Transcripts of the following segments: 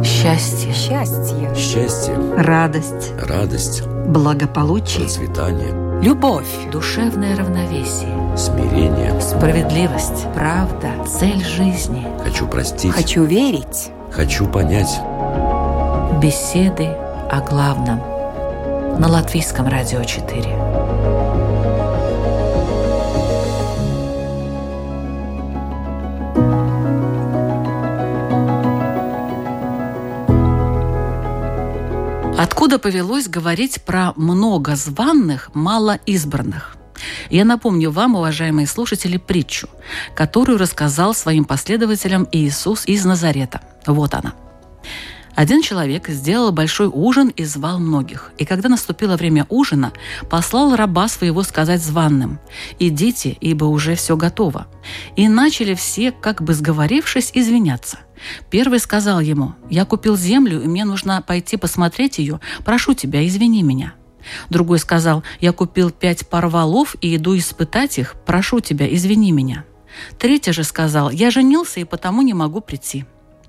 Счастье. Счастье. Счастье. Радость. Радость. Благополучие. Процветание. Любовь. Душевное равновесие. Смирение. Справедливость. Правда. Цель жизни. Хочу простить. Хочу верить. Хочу понять. Беседы о главном. На Латвийском радио 4. Откуда повелось говорить про много званых, мало избранных? Я напомню вам, уважаемые слушатели, притчу, которую рассказал своим последователям Иисус из Назарета. Вот она. Один человек сделал большой ужин и звал многих. И когда наступило время ужина, послал раба своего сказать званым: «Идите, ибо уже все готово». И начали все, как бы сговорившись, извиняться. Первый сказал ему: «Я купил землю, и мне нужно пойти посмотреть ее. Прошу тебя, извини меня». Другой сказал: «Я купил 5 пар волов и иду испытать их. Прошу тебя, извини меня». Третий же сказал: «Я женился и потому не могу прийти».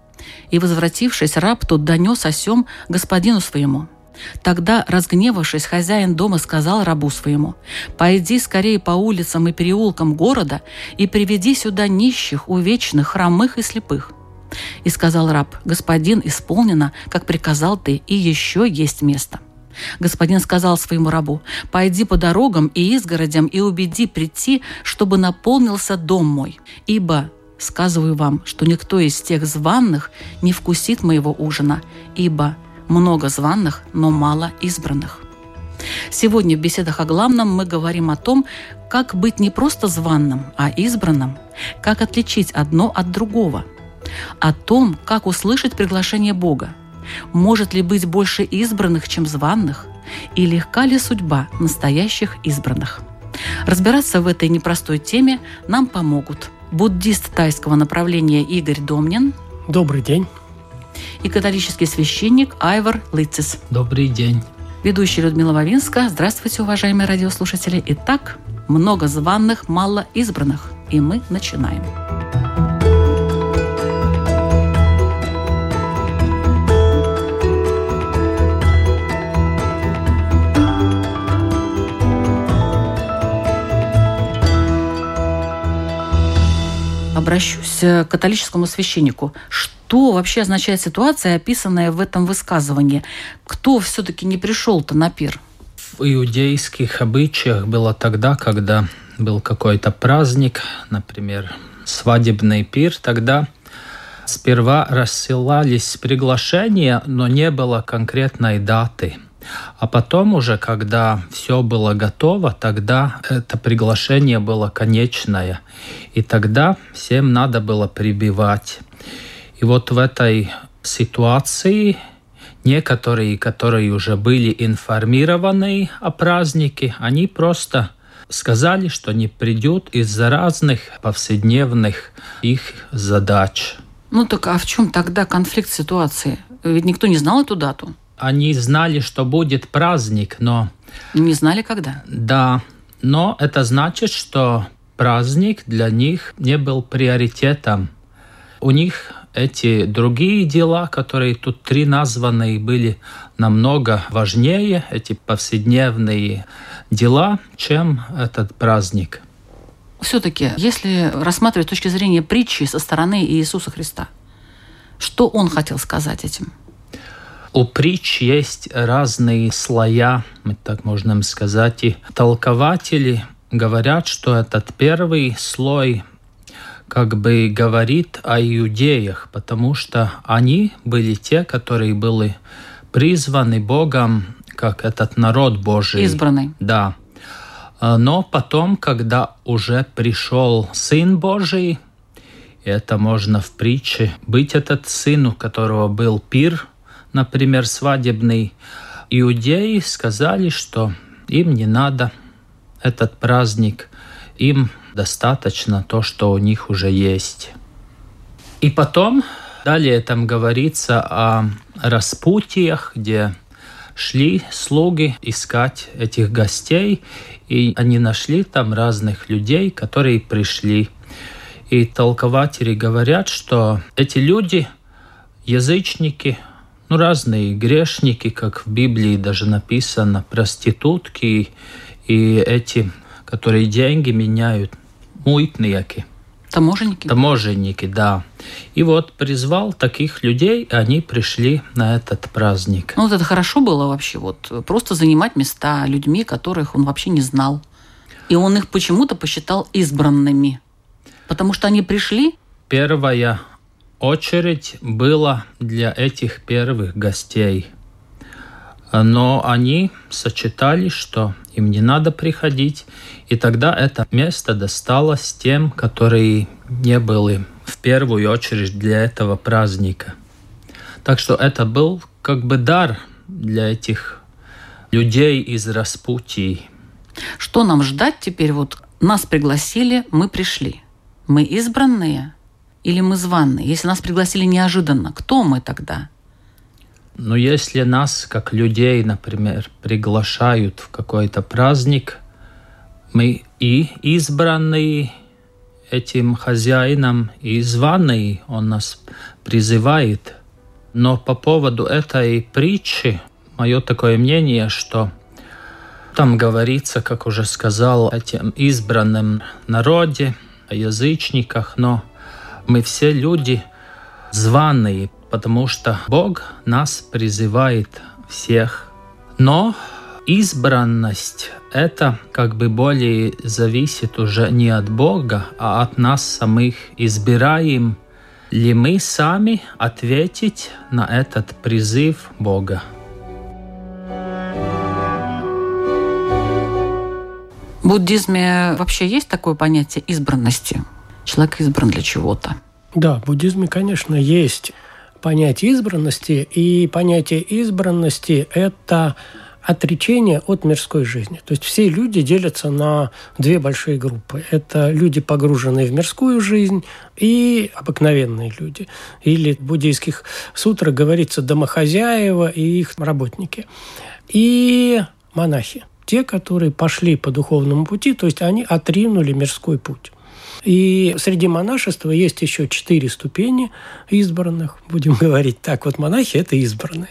И, возвратившись, раб тот донес о сем господину своему. Тогда, разгневавшись, хозяин дома сказал рабу своему: «Пойди скорее по улицам и переулкам города и приведи сюда нищих, увечных, хромых и слепых». И сказал раб: «Господин, исполнено, как приказал ты, и еще есть место». Господин сказал своему рабу: «Пойди по дорогам и изгородям и убеди прийти, чтобы наполнился дом мой. Ибо сказываю вам, что никто из тех званых не вкусит моего ужина, ибо много званых, но мало избранных». Сегодня в беседах о главном мы говорим о том, как быть не просто званым, а избранным, как отличить одно от другого, о том, как услышать приглашение Бога. Может ли быть больше избранных, чем званых? И легка ли судьба настоящих избранных? Разбираться в этой непростой теме нам помогут буддист тайского направления Игорь Домнин. Добрый день. И католический священник Айвар Лыцис. Добрый день. Ведущая Людмила Вавинска. Здравствуйте, уважаемые радиослушатели. Итак, много званых, мало избранных. И мы начинаем. Обращусь к католическому священнику. Что вообще означает ситуация, описанная в этом высказывании? Кто все-таки не пришел-то на пир? В иудейских обычаях было тогда, когда был какой-то праздник, например, свадебный пир, тогда сперва рассылались приглашения, но не было конкретной даты. А потом уже, когда все было готово, тогда это приглашение было конечное. И тогда всем надо было прибывать. И вот в этой ситуации некоторые, которые уже были информированы о празднике, они просто сказали, что не придут из-за разных повседневных их задач. Ну так а в чем тогда конфликт ситуации? Ведь никто не знал эту дату. Они знали, что будет праздник, но... Не знали, когда? Да, но это значит, что праздник для них не был приоритетом. У них эти другие дела, которые тут 3 названные, были намного важнее, эти повседневные дела, чем этот праздник. Все-таки, если рассматривать с точки зрения притчи со стороны Иисуса Христа, что Он хотел сказать этим? У притч есть разные слоя, мы так можем сказать, и толкователи говорят, что этот первый слой как бы говорит о иудеях, потому что они были те, которые были призваны Богом, как этот народ Божий. Избранный. Да. Но потом, когда уже пришел Сын Божий, это можно в притче быть этот сын, у которого был пир, например, свадебный, иудеи сказали, что им не надо этот праздник, им достаточно то, что у них уже есть. И потом, далее там говорится о распутьях, где шли слуги искать этих гостей, и они нашли там разных людей, которые пришли. И толкователи говорят, что эти люди язычники, разные грешники, как в Библии даже написано, проститутки и эти, которые деньги меняют, мытники. Таможенники, да. И вот призвал таких людей, и они пришли на этот праздник. Вот это хорошо было вообще, просто занимать места людьми, которых он вообще не знал. И он их почему-то посчитал избранными. Потому что они пришли. Первая очередь была для этих первых гостей. Но они сочетали, что им не надо приходить, и тогда это место досталось тем, которые не были в первую очередь для этого праздника. Так что это был как бы дар для этих людей из распутий. Что нам ждать теперь? Нас пригласили, мы пришли. Мы избранные или мы званые? Если нас пригласили неожиданно, кто мы тогда? Если нас, как людей, например, приглашают в какой-то праздник, мы и избранные этим хозяином, и званые, он нас призывает. Но по поводу этой притчи, мое такое мнение, что там говорится, как уже сказал, о тем избранном народе, о язычниках, но мы все люди званые, потому что Бог нас призывает всех. Но избранность – это как бы более зависит уже не от Бога, а от нас самих. Избираем ли мы сами ответить на этот призыв Бога? В буддизме вообще есть такое понятие избранности? Человек избран для чего-то. Да, в буддизме, конечно, есть понятие избранности, и понятие избранности – это отречение от мирской жизни. То есть все люди делятся на две большие группы. Это люди, погруженные в мирскую жизнь, и обыкновенные люди. Или в буддийских сутрах говорится домохозяева и их работники. И монахи. Те, которые пошли по духовному пути, то есть они отринули мирской путь. И среди монашества есть еще 4 ступени избранных. Будем говорить так, монахи – это избранные.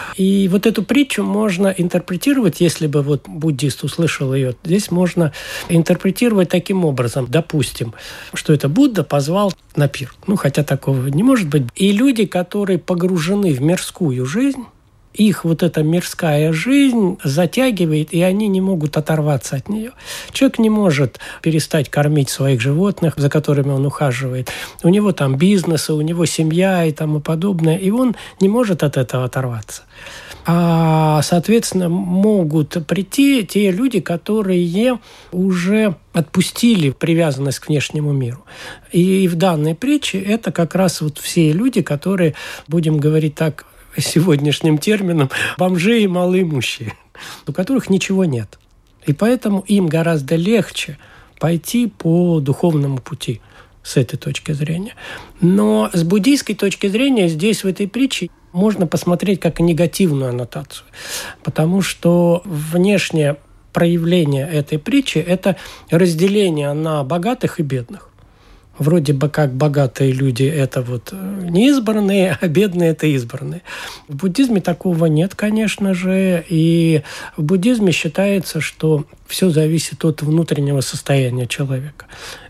И эту притчу можно интерпретировать, если бы буддист услышал ее, здесь можно интерпретировать таким образом. Допустим, что это Будда позвал на пир. Хотя такого не может быть. И люди, которые погружены в мирскую жизнь, их эта мирская жизнь затягивает, и они не могут оторваться от нее. Человек не может перестать кормить своих животных, за которыми он ухаживает. У него там бизнес, у него семья и тому подобное, и он не может от этого оторваться. Соответственно, могут прийти те люди, которые уже отпустили привязанность к внешнему миру. И в данной притче это как раз все люди, которые, будем говорить так, сегодняшним термином, бомжи и малоимущие, у которых ничего нет. И поэтому им гораздо легче пойти по духовному пути с этой точки зрения. Но с буддийской точки зрения здесь в этой притче можно посмотреть как негативную аннотацию, потому что внешнее проявление этой притчи – это разделение на богатых и бедных. Вроде бы как богатые люди – это неизбранные, а бедные – это избранные. В буддизме такого нет, конечно же. И в буддизме считается, что все зависит от внутреннего состояния человека.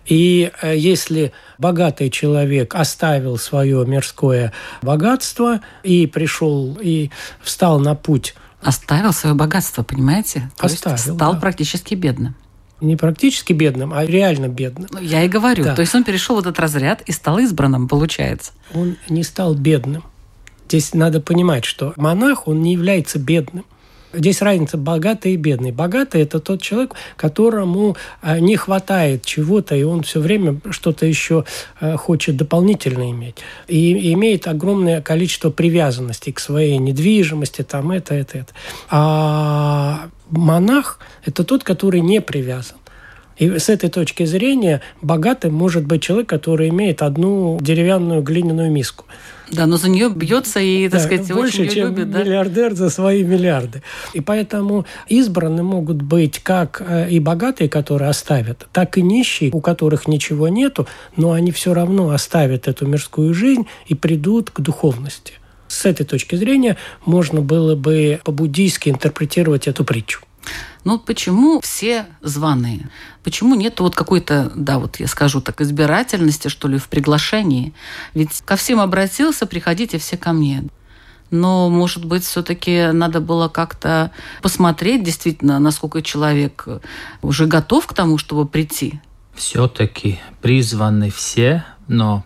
И если богатый человек оставил свое мирское богатство и пришел, и встал на путь… Оставил свое богатство, понимаете? Оставил, стал практически бедным. Не практически бедным, а реально бедным. Я и говорю. Да. То есть он перешел в этот разряд и стал избранным, получается. Он не стал бедным. Здесь надо понимать, что монах, он не является бедным. Здесь разница богатый и бедный. Богатый – это тот человек, которому не хватает чего-то, и он все время что-то еще хочет дополнительно иметь. И имеет огромное количество привязанностей к своей недвижимости, это. А монах – это тот, который не привязан. И с этой точки зрения богатым может быть человек, который имеет одну деревянную глиняную миску. Да, но за нее бьется и, так сказать, больше, очень ее чем любит. Да? Миллиардер за свои миллиарды. И поэтому избраны могут быть как и богатые, которые оставят, так и нищие, у которых ничего нету, но они все равно оставят эту мирскую жизнь и придут к духовности. С этой точки зрения можно было бы по-буддийски интерпретировать эту притчу. Ну, почему все званые? Почему нет вот какой-то, да, вот я скажу так, избирательности, что ли, в приглашении? Ведь ко всем обратился, приходите все ко мне. Но, может быть, все-таки надо было как-то посмотреть действительно, насколько человек уже готов к тому, чтобы прийти. Все-таки призваны все, но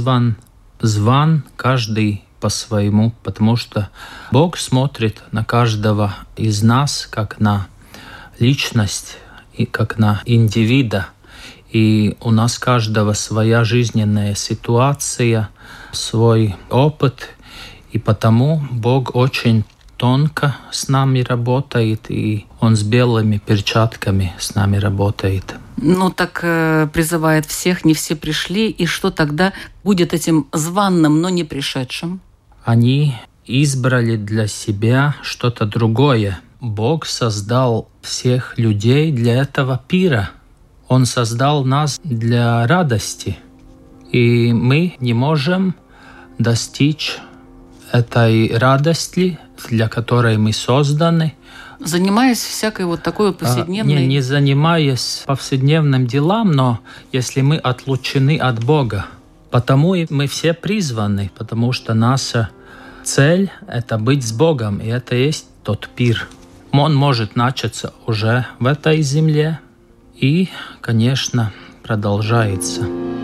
зван каждый по-своему, потому что Бог смотрит на каждого из нас как на личность и как на индивида. И у нас каждого своя жизненная ситуация, свой опыт. И потому Бог очень тонко с нами работает, и Он с белыми перчатками с нами работает. Ну, так призывает всех, не все пришли. И что тогда будет этим званным, но не пришедшим? Они избрали для себя что-то другое. Бог создал всех людей для этого пира. Он создал нас для радости. И мы не можем достичь этой радости, для которой мы созданы, занимаясь всякой вот такой повседневной... Не занимаясь повседневным делом, но если мы отлучены от Бога. Потому и мы все призваны, потому что наша цель – это быть с Богом, и это есть тот пир. Он может начаться уже в этой земле и, конечно, продолжается.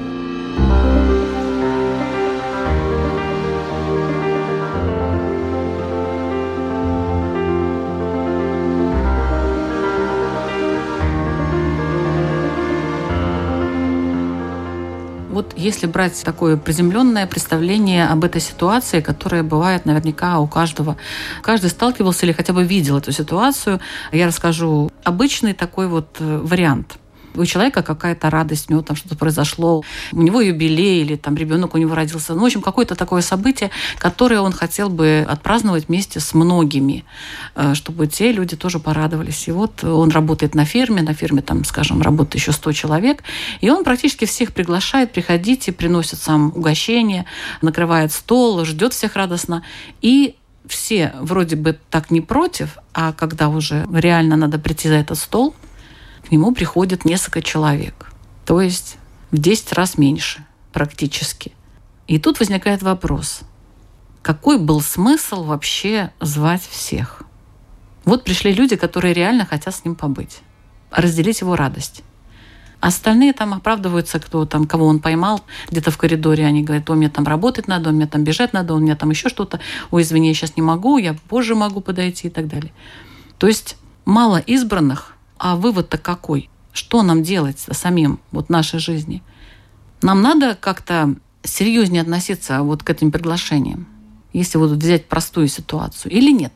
Вот если брать такое приземленное представление об этой ситуации, которая бывает наверняка у каждого. Каждый сталкивался или хотя бы видел эту ситуацию. Я расскажу обычный такой вот вариант. У человека какая-то радость, у него там что-то произошло, у него юбилей или там ребенок у него родился. Ну, в общем, какое-то такое событие, которое он хотел бы отпраздновать вместе с многими, чтобы те люди тоже порадовались. И вот он работает на ферме там, скажем, работает еще 100 человек, и он практически всех приглашает, приходите, приносит сам угощение, накрывает стол, ждет всех радостно. И все вроде бы так не против, а когда уже реально надо прийти за этот стол, к нему приходит несколько человек. То есть в 10 раз меньше практически. И тут возникает вопрос. Какой был смысл вообще звать всех? Вот пришли люди, которые реально хотят с ним побыть, разделить его радость. Остальные там оправдываются, кого он поймал где-то в коридоре. Они говорят, мне там работать надо, мне там бежать надо, у меня там еще что-то. Ой, извини, я сейчас не могу, я позже могу подойти и так далее. То есть мало избранных. А вывод-то какой? Что нам делать самим в нашей жизни? Нам надо как-то серьезнее относиться вот к этим приглашениям, если вот взять простую ситуацию, или нет?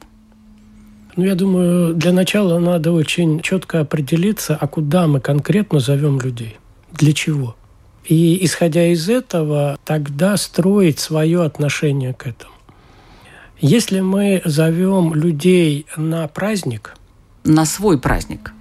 Я думаю, для начала надо очень четко определиться, а куда мы конкретно зовем людей, для чего. И, исходя из этого, тогда строить свое отношение к этому. Если мы зовем людей на праздник... На свой праздник.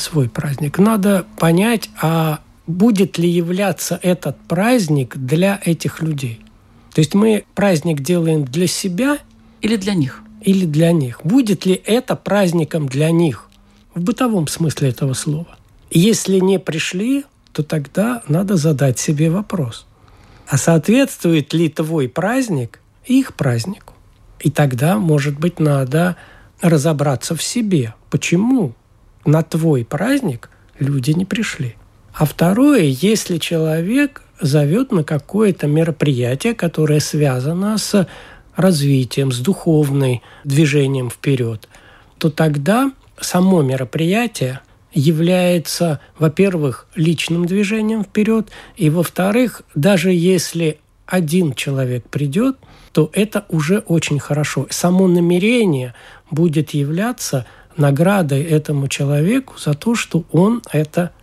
Надо понять, а будет ли являться этот праздник для этих людей. То есть мы праздник делаем для себя или для них? Или для них. Будет ли это праздником для них в бытовом смысле этого слова? Если не пришли, то тогда надо задать себе вопрос. А соответствует ли твой праздник их празднику? И тогда, может быть, надо разобраться в себе. Почему на твой праздник люди не пришли? А второе, если человек зовет на какое-то мероприятие, которое связано с развитием, с духовным движением вперед, то тогда само мероприятие является, во-первых, личным движением вперед, и, во-вторых, даже если один человек придет, то это уже очень хорошо. Само намерение будет являться наградой этому человеку за то, что он это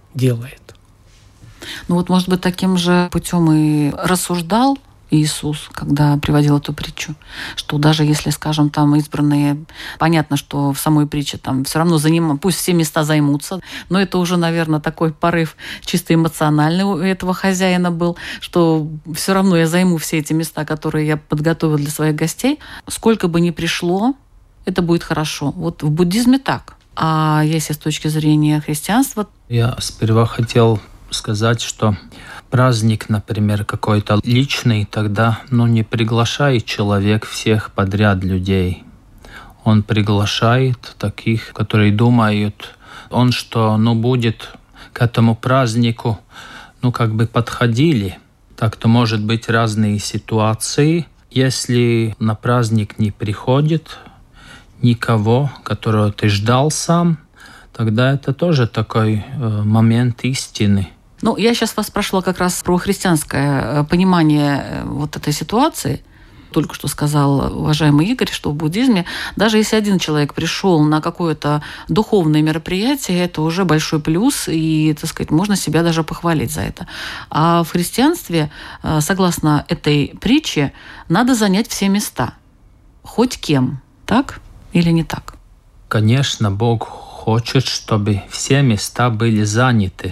делает. Ну вот, может быть, таким же путем и рассуждал Иисус, когда приводил эту притчу, что даже если, скажем, там избранные, понятно, что в самой притче там все равно пусть все места займутся, но это уже, наверное, такой порыв чисто эмоциональный у этого хозяина был, что все равно я займу все эти места, которые я подготовил для своих гостей. Сколько бы ни пришло, это будет хорошо. Вот в буддизме так. А если с точки зрения христианства... Я сперва хотел сказать, что праздник, например, какой-то личный, тогда не приглашает человек всех подряд людей. Он приглашает таких, которые думают, что будет к этому празднику, подходили. Так-то может быть разные ситуации. Если на праздник не приходит никого, которого ты ждал сам, тогда это тоже такой момент истины. Я сейчас вас спрашивала как раз про христианское понимание вот этой ситуации. Только что сказал уважаемый Игорь, что в буддизме даже если один человек пришел на какое-то духовное мероприятие, это уже большой плюс, и, так сказать, можно себя даже похвалить за это. А в христианстве, согласно этой притче, надо занять все места. Хоть кем. Так или не так? Конечно, Бог хочет, чтобы все места были заняты.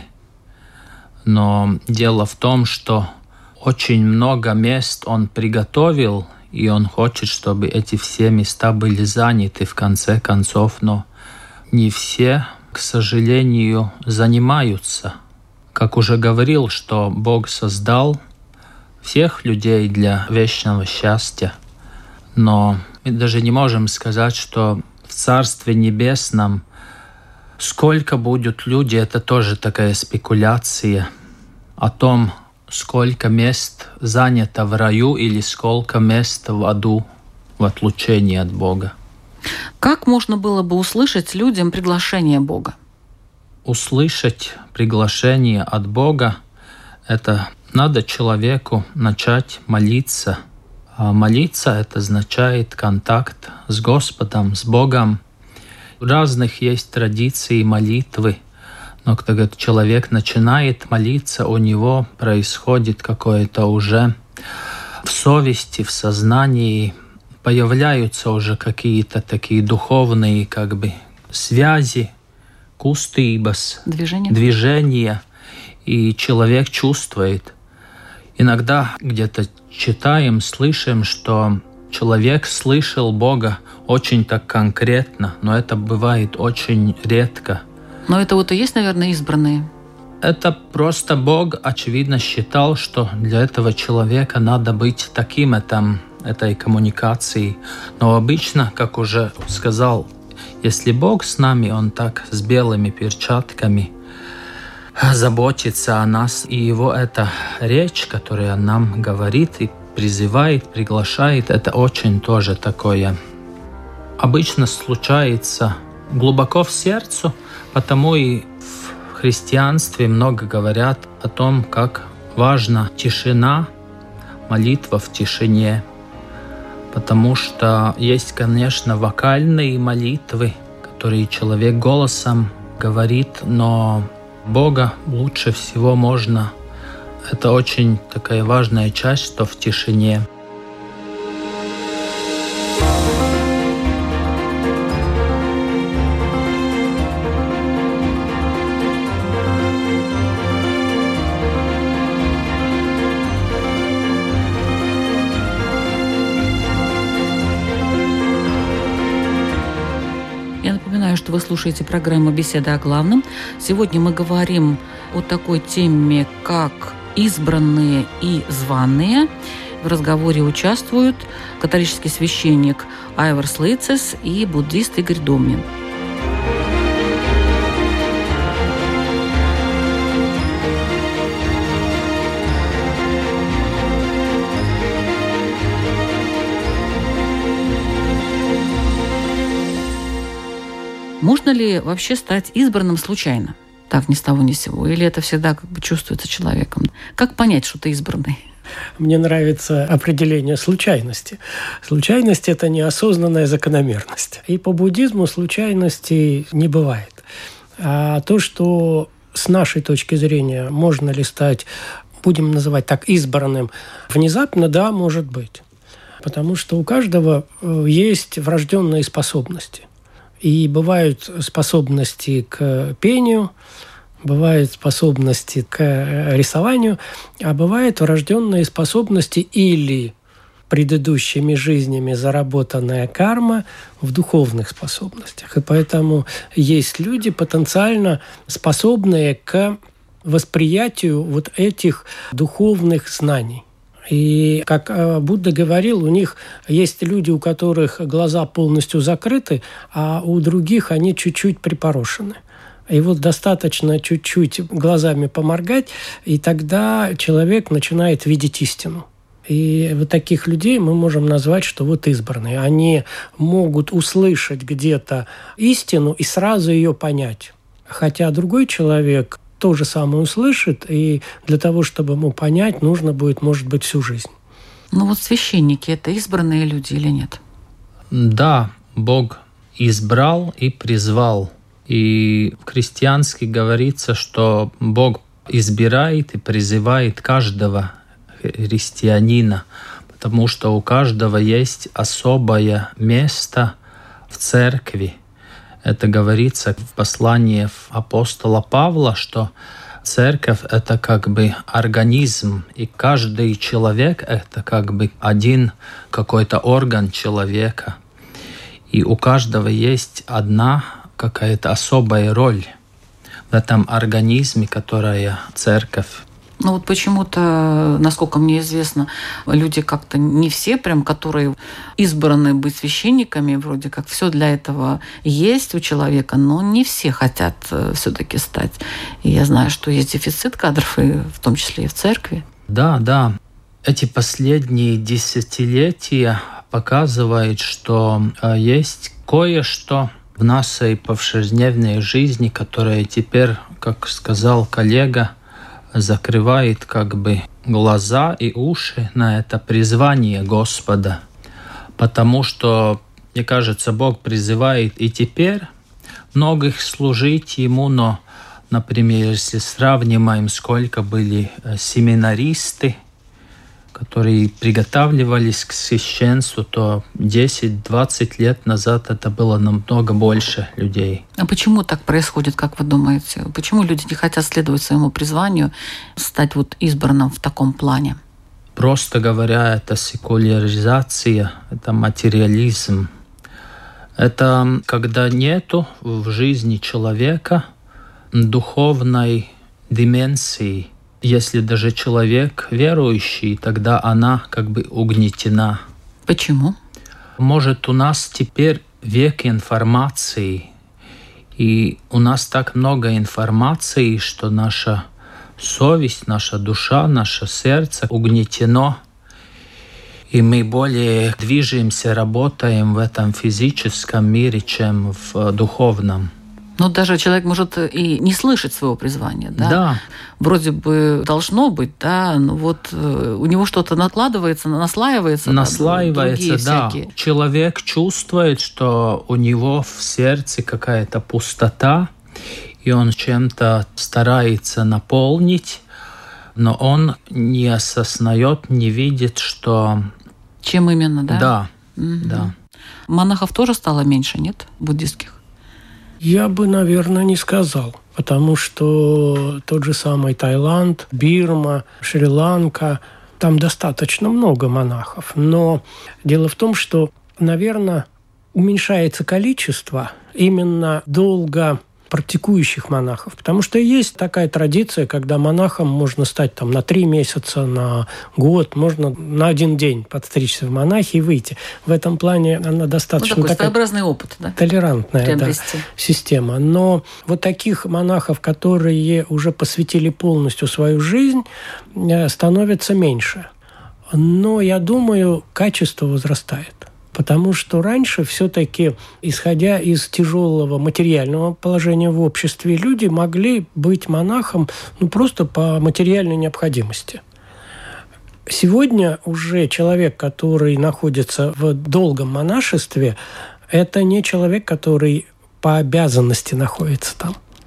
Но дело в том, что очень много мест Он приготовил, и Он хочет, чтобы эти все места были заняты в конце концов. Но не все, к сожалению, занимаются. Как уже говорил, что Бог создал всех людей для вечного счастья. Но мы даже не можем сказать, что в Царстве Небесном сколько будут люди, это тоже такая спекуляция о том, сколько мест занято в раю или сколько мест в аду в отлучении от Бога. Как можно было бы услышать людям приглашение Бога? Услышать приглашение от Бога – это надо человеку начать молиться. А молиться – это означает контакт с Господом, с Богом. У разных есть традиции молитвы, но когда человек начинает молиться, у него происходит какое-то уже в совести, в сознании, появляются уже какие-то такие духовные связи, кустības, движения, и человек чувствует. Иногда где-то читаем, слышим, что человек слышал Бога очень так конкретно, но это бывает очень редко. Но это и есть, наверное, избранные. Это просто Бог, очевидно, считал, что для этого человека надо быть таким этой коммуникацией. Но обычно, как уже сказал, если Бог с нами, Он так с белыми перчатками заботится о нас, и Его эта речь, которая нам говорит и призывает, приглашает, это очень тоже такое обычно случается глубоко в сердце, потому и в христианстве много говорят о том, как важна тишина, молитва в тишине. Потому что есть, конечно, вокальные молитвы, которые человек голосом говорит, но Бога лучше всего можно. Это очень такая важная часть, что в тишине. Что вы слушаете программу «Беседа о главном». Сегодня мы говорим о такой теме, как избранные и званые. В разговоре участвуют католический священник Айварс Лейцес и буддист Игорь Домнин. Можно ли вообще стать избранным случайно? Так, ни с того ни с сего. Или это всегда чувствуется человеком? Как понять, что ты избранный? Мне нравится определение случайности. Случайность – это неосознанная закономерность. И по буддизму случайностей не бывает. А то, что с нашей точки зрения, можно ли стать, будем называть так, избранным внезапно? Да, может быть. Потому что у каждого есть врожденные способности. И бывают способности к пению, бывают способности к рисованию, а бывают врожденные способности или предыдущими жизнями заработанная карма в духовных способностях. И поэтому есть люди, потенциально способные к восприятию вот этих духовных знаний. И, как Будда говорил, у них есть люди, у которых глаза полностью закрыты, а у других они чуть-чуть припорошены. И вот достаточно чуть-чуть глазами поморгать, и тогда человек начинает видеть истину. И вот таких людей мы можем назвать, что вот избранные. Они могут услышать где-то истину и сразу ее понять. Хотя другой человек то же самое услышит, и для того, чтобы ему понять, нужно будет, может быть, всю жизнь. Ну вот священники – это избранные люди или нет? Да, Бог избрал и призвал. И в христианстве говорится, что Бог избирает и призывает каждого христианина, потому что у каждого есть особое место в церкви. Это говорится в послании апостола Павла, что церковь – это как бы организм, и каждый человек – это как бы один какой-то орган человека. И у каждого есть одна какая-то особая роль в этом организме, которая церковь. Ну вот почему-то, насколько мне известно, люди как-то не все, прям, которые избраны быть священниками, вроде как все для этого есть у человека, но не все хотят все-таки стать. И я знаю, что есть дефицит кадров, и в том числе и в церкви. Да. Эти последние десятилетия показывают, что есть кое-что в нашей повседневной жизни, которое теперь, как сказал коллега, закрывает как бы глаза и уши на это призвание Господа. Потому что, мне кажется, Бог призывает и теперь многих служить Ему, но, например, если сравниваем, сколько были семинаристы, которые приготавливались к священству, то 10-20 лет назад это было намного больше людей. А почему так происходит, как вы думаете? Почему люди не хотят следовать своему призванию, стать вот избранным в таком плане? Просто говоря, это секуляризация, это материализм. Это когда нету в жизни человека духовной дименсии. Если даже человек верующий, тогда она как бы угнетена. Почему? Может, у нас теперь век информации, и у нас так много информации, что наша совесть, наша душа, наше сердце угнетено, и мы более движемся, работаем в этом физическом мире, чем в духовном. Но даже человек может и не слышать своего призвания, да? Да. Вроде бы должно быть, да, но вот у него что-то накладывается, наслаивается. Наслаивается, да. Всякие. Человек чувствует, что у него в сердце какая-то пустота, и он чем-то старается наполнить, но он не осознает, не видит, что... Чем именно, да? Да, угу. Да. Монахов тоже стало меньше, нет, буддистских? Я бы, наверное, не сказал, потому что тот же самый Таиланд, Бирма, Шри-Ланка, там достаточно много монахов. Но дело в том, что, наверное, уменьшается количество именно долго практикующих монахов. Потому что есть такая традиция, когда монахом можно стать там, на 3 месяца, на год, можно на 1 день подстричься в монахи и выйти. В этом плане она достаточно такой своеобразный опыт, да? Толерантная система. Но вот таких монахов, которые уже посвятили полностью свою жизнь, становится меньше. Но, я думаю, качество возрастает. Потому что раньше все-таки, исходя из тяжелого материального положения в обществе, люди могли быть монахом просто по материальной необходимости. Сегодня уже человек, который находится в долгом монашестве, это не человек, который по обязанности находится там.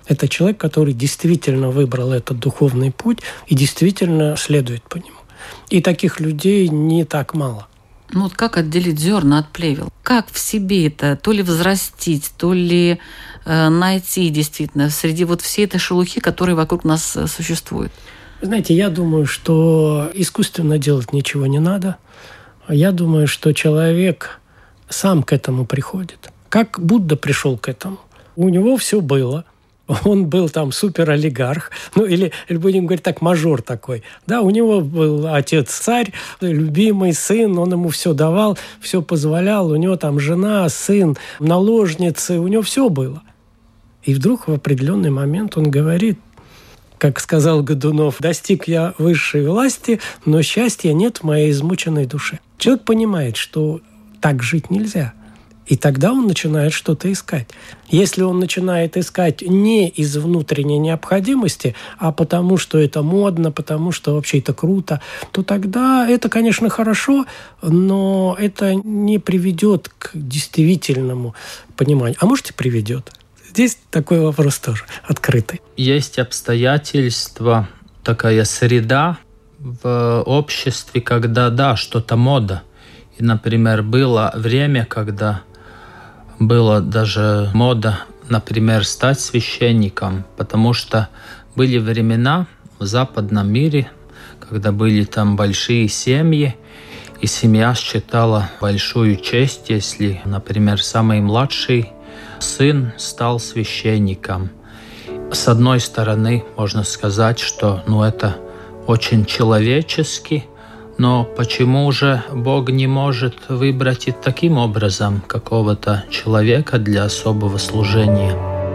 Это человек, который действительно выбрал этот духовный путь и действительно следует по нему. И таких людей не так мало. Ну вот как отделить зерна от плевел? Как в себе это то ли взрастить, то ли найти действительно среди вот всей этой шелухи, которая вокруг нас существует? Знаете, я думаю, что искусственно делать ничего не надо. Я думаю, что человек сам к этому приходит. Как Будда пришел к этому. У него все было. Он был там суперолигарх, ну или будем говорить так, мажор такой. Да, у него был отец-царь, любимый сын, он ему все давал, все позволял. У него там жена, сын, наложницы, у него все было. И вдруг в определенный момент он говорит, как сказал Годунов, достиг я высшей власти, но счастья нет в моей измученной душе. Человек понимает, что так жить нельзя. И тогда он начинает что-то искать. Если он начинает искать не из внутренней необходимости, а потому что это модно, потому что вообще это круто, то тогда это, конечно, хорошо, но это не приведет к действительному пониманию. А может, и приведет. Здесь такой вопрос тоже открытый. Есть обстоятельства, такая среда в обществе, когда, да, что-то мода. И, например, было время, когда была даже мода, например, стать священником, потому что были времена в западном мире, когда были там большие семьи, и семья считала большую честь, если, например, самый младший сын стал священником. С одной стороны, можно сказать, что это очень человечески, но почему же Бог не может выбрать и таким образом какого-то человека для особого служения?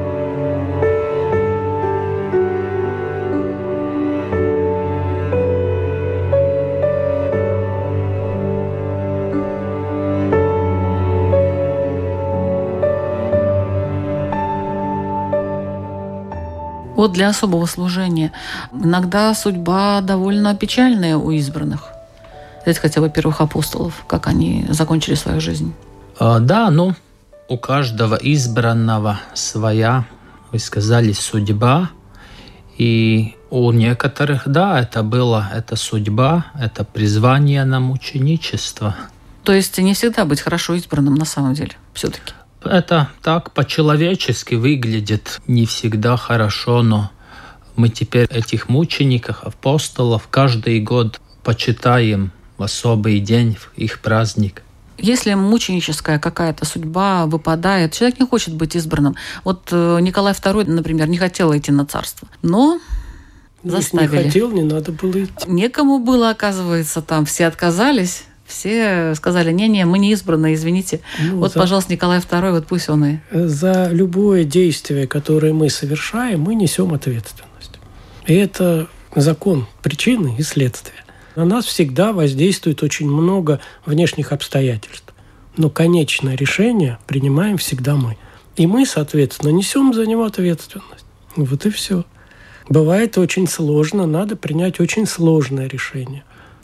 Вот для особого служения иногда судьба довольно печальная у избранных. Взять хотя бы первых апостолов, как они закончили свою жизнь. Да, у каждого избранного своя, вы сказали, судьба. И у некоторых, да, это судьба, это призвание на мученичество. То есть не всегда быть хорошо избранным на самом деле все-таки? Это так по-человечески выглядит не всегда хорошо, но мы теперь этих мучеников, апостолов, каждый год почитаем в особый день, в их праздник. Если мученическая какая-то судьба выпадает, человек не хочет быть избранным. Вот Николай II, например, не хотел идти на царство, но заставили. Не хотел, не надо было идти. Некому было, оказывается, там все отказались. Все сказали, не, мы не избраны, извините. Пожалуйста, Николай II, вот пусть он и... За любое действие, которое мы совершаем, мы несем ответственность. И это закон причины и следствия. На нас всегда воздействует очень много внешних обстоятельств. Но конечное решение принимаем всегда мы. И мы, соответственно, несем за него ответственность. Вот и все. Бывает очень сложно, надо принять очень сложное решение.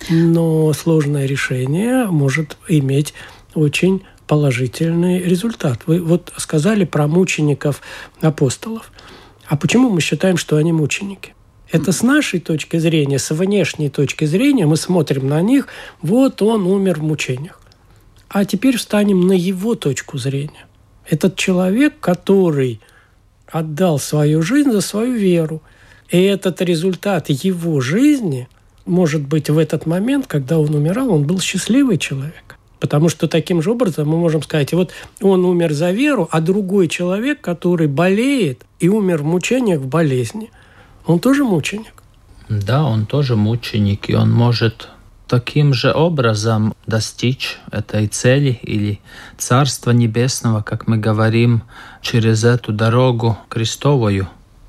Но сложное решение может иметь очень положительный результат. Вы вот сказали про мучеников апостолов. А почему мы считаем, что они мученики? Это с нашей точки зрения, с внешней точки зрения, мы смотрим на них, вот он умер в мучениях. А теперь встанем на его точку зрения. Этот человек, который отдал свою жизнь за свою веру. И этот результат его жизни, может быть, в этот момент, когда он умирал, он был счастливый человек. Потому что таким же образом мы можем сказать, вот он умер за веру, а другой человек, который болеет и умер в мучениях, в болезни, он тоже мученик. Да, он тоже мученик, и он может таким же образом достичь этой цели или Царства Небесного, как мы говорим, через эту дорогу крестовую,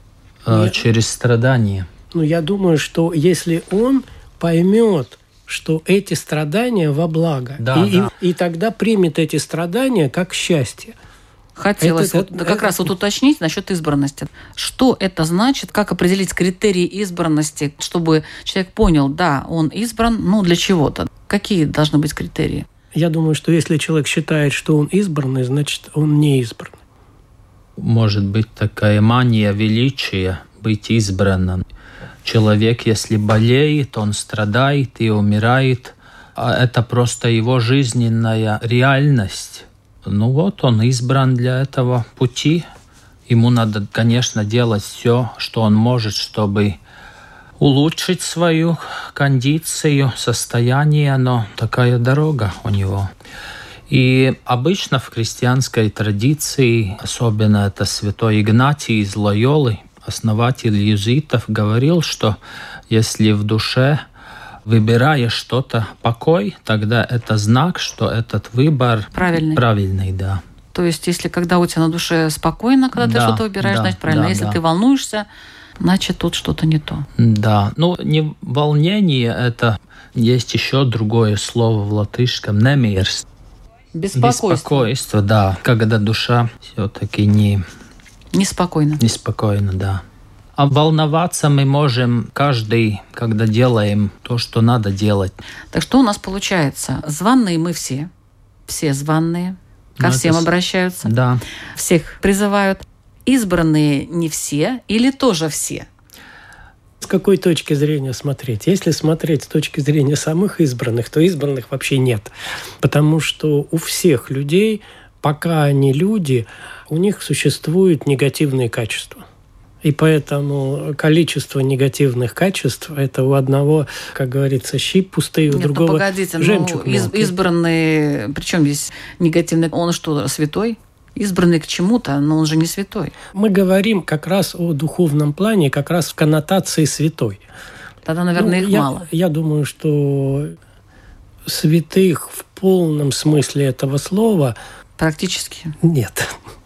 через страдания. Я думаю, что если он поймет, что эти страдания во благо, и тогда примет эти страдания как счастье. Хотелось как раз уточнить насчет избранности. Что это значит? Как определить критерии избранности, чтобы человек понял, да, он избран, для чего-то? Какие должны быть критерии? Я думаю, что если человек считает, что он избранный, значит, он не избранный. может быть такая мания величия, быть избранным. Человек, если болеет, он страдает и умирает, а это просто его жизненная реальность. Ну вот, он избран для этого пути. Ему надо, конечно, делать все, что он может, чтобы улучшить свою кондицию, состояние, но такая дорога у него. И обычно в христианской традиции, особенно это святой Игнатий из Лойолы, основатель иезуитов, говорил, что если в душе выбираешь что-то покой, тогда это знак, что этот выбор правильный, да. То есть, если когда у тебя на душе спокойно, когда ты что-то выбираешь, значит правильно. Если ты волнуешься, значит тут что-то не то. Да, не волнение, это есть еще другое слово в латышском «немирс». Беспокойство, да, когда душа все-таки неспокойна, да. А волноваться мы можем каждый, когда делаем то, что надо делать. Так что у нас получается? Званные мы все званные, ко всем обращаются, да. Всех призывают. Избранные не все или тоже все? С какой точки зрения смотреть? Если смотреть с точки зрения самых избранных, то избранных вообще нет. Потому что у всех людей, пока они люди, у них существуют негативные качества. И поэтому количество негативных качеств – это у одного, как говорится, щи пустые, у другого жемчуг мелкий. Избранные, причем здесь негативный, он что, святой? Избранный к чему-то, но он же не святой. Мы говорим как раз о духовном плане, как раз в коннотации святой. Тогда, наверное, их мало. Я думаю, что святых в полном смысле этого слова практически нет.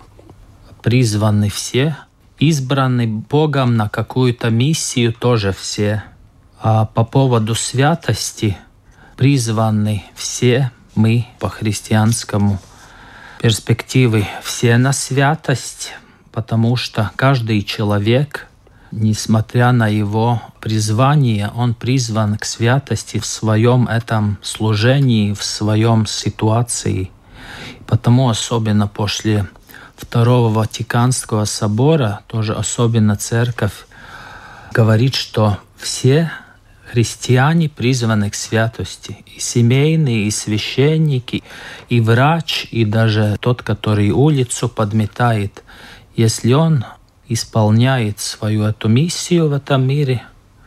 Призваны все, избраны Богом на какую-то миссию тоже все. А по поводу святости призваны все мы по христианскому перспективы все на святость, потому что каждый человек, несмотря на его призвание, он призван к святости в своем этом служении, в своем ситуации. Потому особенно после Второго Ватиканского собора, тоже особенно церковь говорит, что все христиане призваны к святости. И семейные, и священники, и врач, и даже тот, который улицу подметает. Если он исполняет свою эту миссию в этом мире,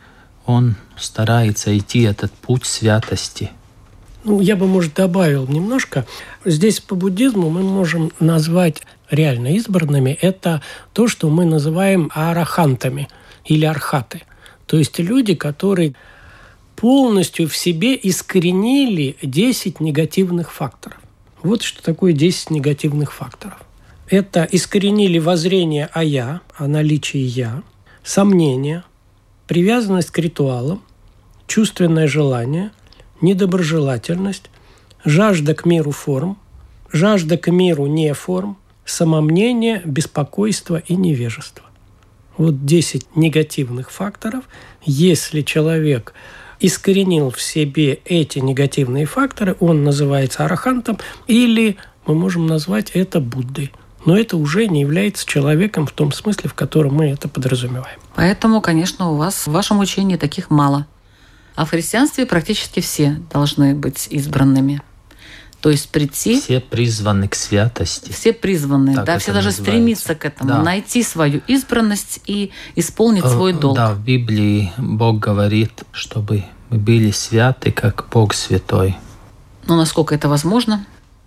он старается идти этот путь святости. Я бы, может, добавил немножко. Здесь по буддизму мы можем назвать реально избранными. Это то, что мы называем арахантами или архаты. То есть люди, которые полностью в себе искоренили 10 негативных факторов. Вот что такое 10 негативных факторов. Это искоренили воззрение о «я», о наличии «я», сомнения, привязанность к ритуалам, чувственное желание, недоброжелательность, жажда к миру форм, жажда к миру не форм, самомнение, беспокойство и невежество. Вот 10 негативных факторов. Если человек искоренил в себе эти негативные факторы, он называется арахантом, или мы можем назвать это Буддой. Но это уже не является человеком в том смысле, в котором мы это подразумеваем. Поэтому, конечно, у вас в вашем учении таких мало. А в христианстве практически все должны быть избранными. То есть прийти... Все призваны к святости. Все призваны, да, все даже стремиться к этому, да. Найти свою избранность и исполнить свой долг. Да, в Библии Бог говорит, чтобы мы были святы, как Бог святой. Но насколько это возможно?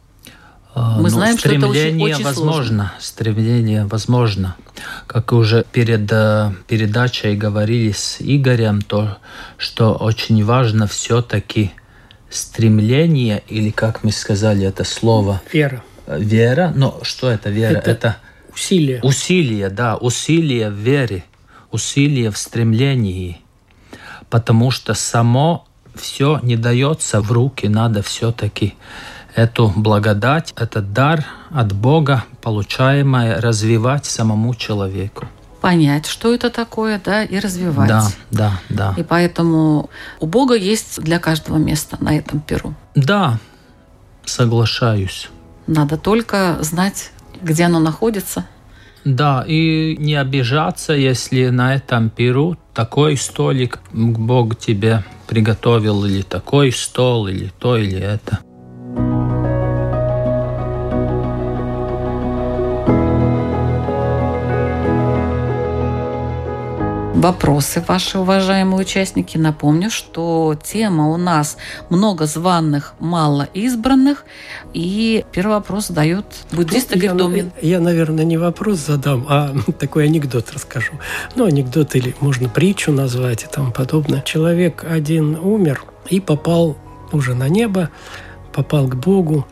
Мы знаем, что это очень возможно. Стремление возможно. Как уже перед передачей говорили с Игорем, то, что очень важно все-таки стремление, или как мы сказали это слово? Вера. Вера. Но что это вера? Это усилие. Усилие, да. Усилие в вере. Усилие в стремлении. Потому что само все не дается в руки. Надо все-таки эту благодать, этот дар от Бога, получаемое, развивать самому человеку. Понять, что это такое, да, и развивать. Да. И поэтому у Бога есть для каждого место на этом перу. Да, соглашаюсь. Надо только знать, где оно находится, Да, и не обижаться, если на этом пиру такой столик Бог тебе приготовил, или такой стол, или то, или это. Вопросы ваши, уважаемые участники. Напомню, что тема у нас «Много званых, мало избранных». И первый вопрос задает буддист Игорь Домнин. Я, наверное, не вопрос задам, а такой анекдот расскажу. Анекдот или можно притчу назвать и тому подобное. Человек один умер и попал уже на небо, попал к Богу.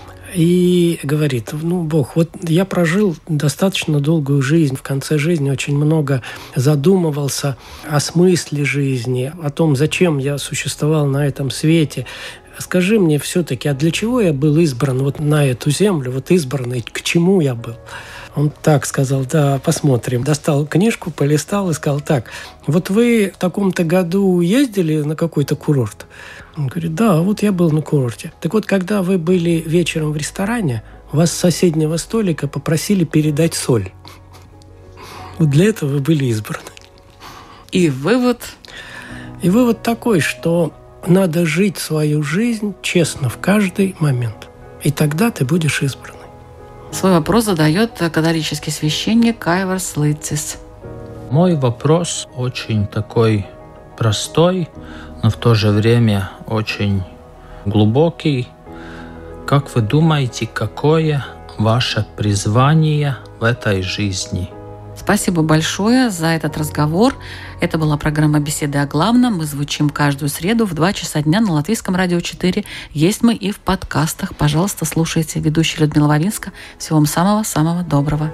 И говорит: Бог, вот я прожил достаточно долгую жизнь, в конце жизни очень много задумывался о смысле жизни, о том, зачем я существовал на этом свете. Скажи мне все-таки, а для чего я был избран вот на эту землю, вот избранный, к чему я был? Он так сказал: да, посмотрим. Достал книжку, полистал и сказал: так, вот вы в таком-то году ездили на какой-то курорт? Он говорит: да, вот я был на курорте. Так вот, когда вы были вечером в ресторане, вас с соседнего столика попросили передать соль. Вот для этого вы были избраны. И вывод? И вывод такой, что надо жить свою жизнь честно в каждый момент. И тогда ты будешь избранный. Свой вопрос задает католический священник Айварс Лыцис. Мой вопрос очень такой простой, но в то же время очень глубокий. Как вы думаете, какое ваше призвание в этой жизни? Спасибо большое за этот разговор. Это была программа «Беседы о главном». Мы звучим каждую среду в 2 часа дня на Латвийском радио 4. Есть мы и в подкастах. Пожалуйста, слушайте. Ведущая Людмила Вавинска. Всего вам самого-самого доброго.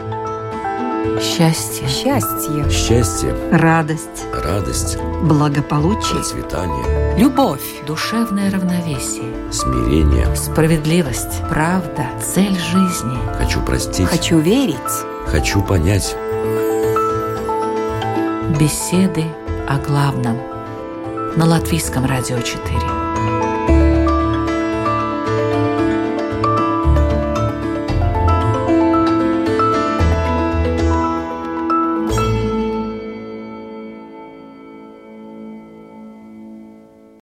Счастье. Счастье. Счастье. Радость. Радость. Благополучие. Процветание. Любовь. Душевное равновесие. Смирение. Справедливость. Правда. Цель жизни. Хочу простить. Хочу верить. Хочу понять. Беседы о главном на Латвийском радио 4.